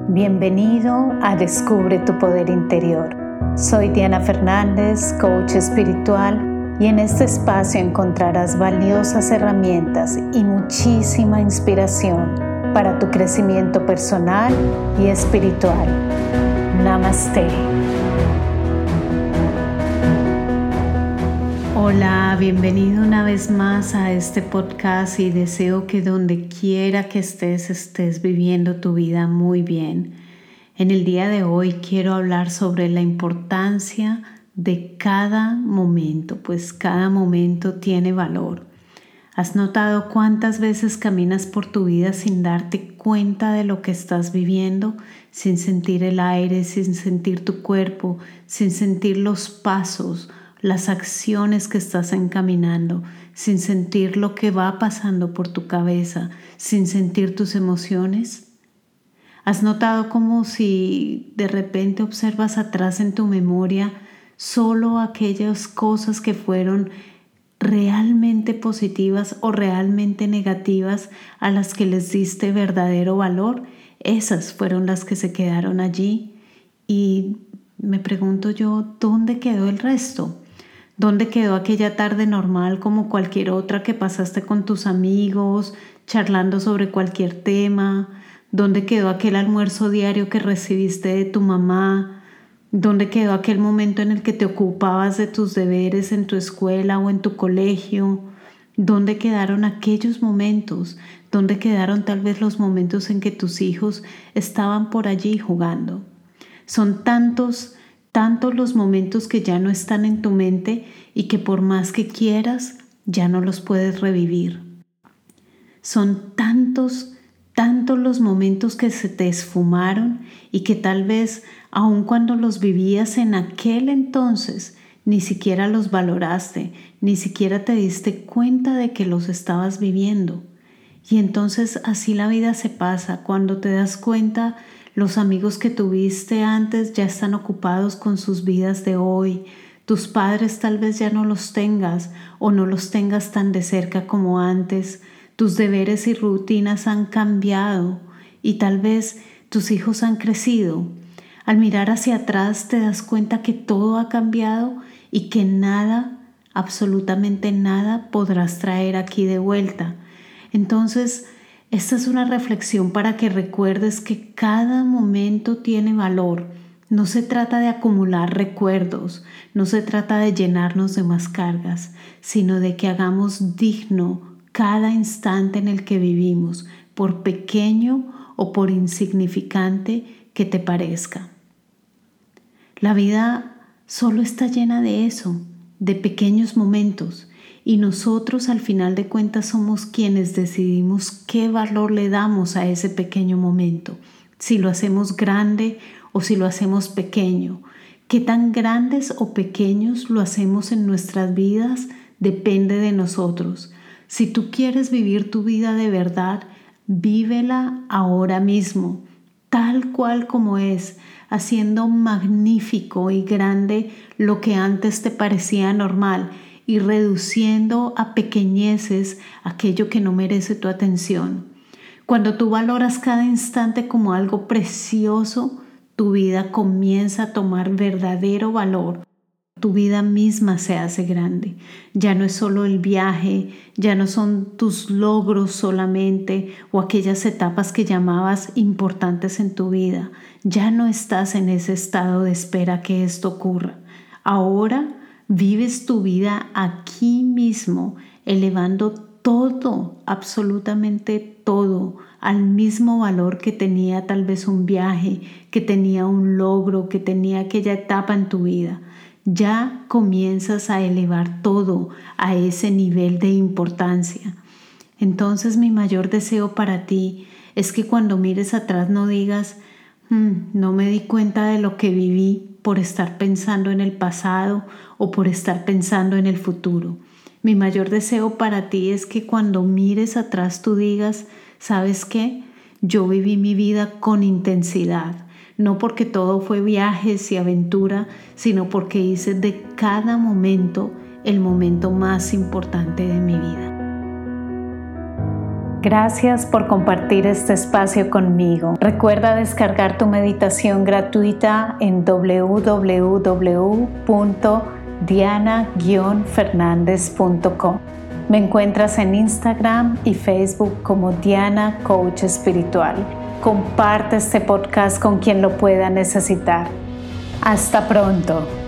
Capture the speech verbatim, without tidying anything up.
Bienvenido a Descubre tu Poder Interior. Soy Diana Fernández, coach espiritual, y en este espacio encontrarás valiosas herramientas y muchísima inspiración para tu crecimiento personal y espiritual. Namaste. Hola, bienvenido una vez más a este podcast y deseo que donde quiera que estés, estés viviendo tu vida muy bien. En el día de hoy quiero hablar sobre la importancia de cada momento, pues cada momento tiene valor. ¿Has notado cuántas veces caminas por tu vida sin darte cuenta de lo que estás viviendo, sin sentir el aire, sin sentir tu cuerpo, sin sentir los pasos, las acciones que estás encaminando, sin sentir lo que va pasando por tu cabeza, sin sentir tus emociones? ¿Has notado como si de repente observas atrás en tu memoria solo aquellas cosas que fueron realmente positivas o realmente negativas a las que les diste verdadero valor? Esas fueron las que se quedaron allí. Y me pregunto yo, ¿dónde quedó el resto? ¿Dónde quedó aquella tarde normal como cualquier otra que pasaste con tus amigos, charlando sobre cualquier tema? ¿Dónde quedó aquel almuerzo diario que recibiste de tu mamá? ¿Dónde quedó aquel momento en el que te ocupabas de tus deberes en tu escuela o en tu colegio? ¿Dónde quedaron aquellos momentos? ¿Dónde quedaron tal vez los momentos en que tus hijos estaban por allí jugando? Son tantos Tantos los momentos que ya no están en tu mente y que por más que quieras, ya no los puedes revivir. Son tantos, tantos los momentos que se te esfumaron y que tal vez, aun cuando los vivías en aquel entonces, ni siquiera los valoraste, ni siquiera te diste cuenta de que los estabas viviendo. Y entonces así la vida se pasa. Cuando te das cuenta, los amigos que tuviste antes ya están ocupados con sus vidas de hoy. Tus padres tal vez ya no los tengas o no los tengas tan de cerca como antes. Tus deberes y rutinas han cambiado y tal vez tus hijos han crecido. Al mirar hacia atrás te das cuenta que todo ha cambiado y que nada, absolutamente nada, podrás traer aquí de vuelta. Entonces, esta es una reflexión para que recuerdes que cada momento tiene valor. No se trata de acumular recuerdos, no se trata de llenarnos de más cargas, sino de que hagamos digno cada instante en el que vivimos, por pequeño o por insignificante que te parezca. La vida solo está llena de eso, de pequeños momentos. Y nosotros al final de cuentas somos quienes decidimos qué valor le damos a ese pequeño momento. Si lo hacemos grande o si lo hacemos pequeño. Qué tan grandes o pequeños lo hacemos en nuestras vidas depende de nosotros. Si tú quieres vivir tu vida de verdad, vívela ahora mismo, tal cual como es, haciendo magnífico y grande lo que antes te parecía normal, y reduciendo a pequeñeces aquello que no merece tu atención. Cuando tú valoras cada instante como algo precioso, tu vida comienza a tomar verdadero valor. Tu vida misma se hace grande. Ya no es solo el viaje, ya no son tus logros solamente o aquellas etapas que llamabas importantes en tu vida. Ya no estás en ese estado de espera que esto ocurra. Ahora vives tu vida aquí mismo, elevando todo, absolutamente todo, al mismo valor que tenía tal vez un viaje, que tenía un logro, que tenía aquella etapa en tu vida. Ya comienzas a elevar todo a ese nivel de importancia. Entonces mi mayor deseo para ti es que cuando mires atrás no digas, hmm, no me di cuenta de lo que viví por estar pensando en el pasado o por estar pensando en el futuro. Mi mayor deseo para ti es que cuando mires atrás tú digas, ¿sabes qué? Yo viví mi vida con intensidad, no porque todo fue viajes y aventura, sino porque hice de cada momento el momento más importante de mi vida. Gracias por compartir este espacio conmigo. Recuerda descargar tu meditación gratuita en w w w punto diana guion fernandez punto com. Me encuentras en Instagram y Facebook como Diana Coach Espiritual. Comparte este podcast con quien lo pueda necesitar. Hasta pronto.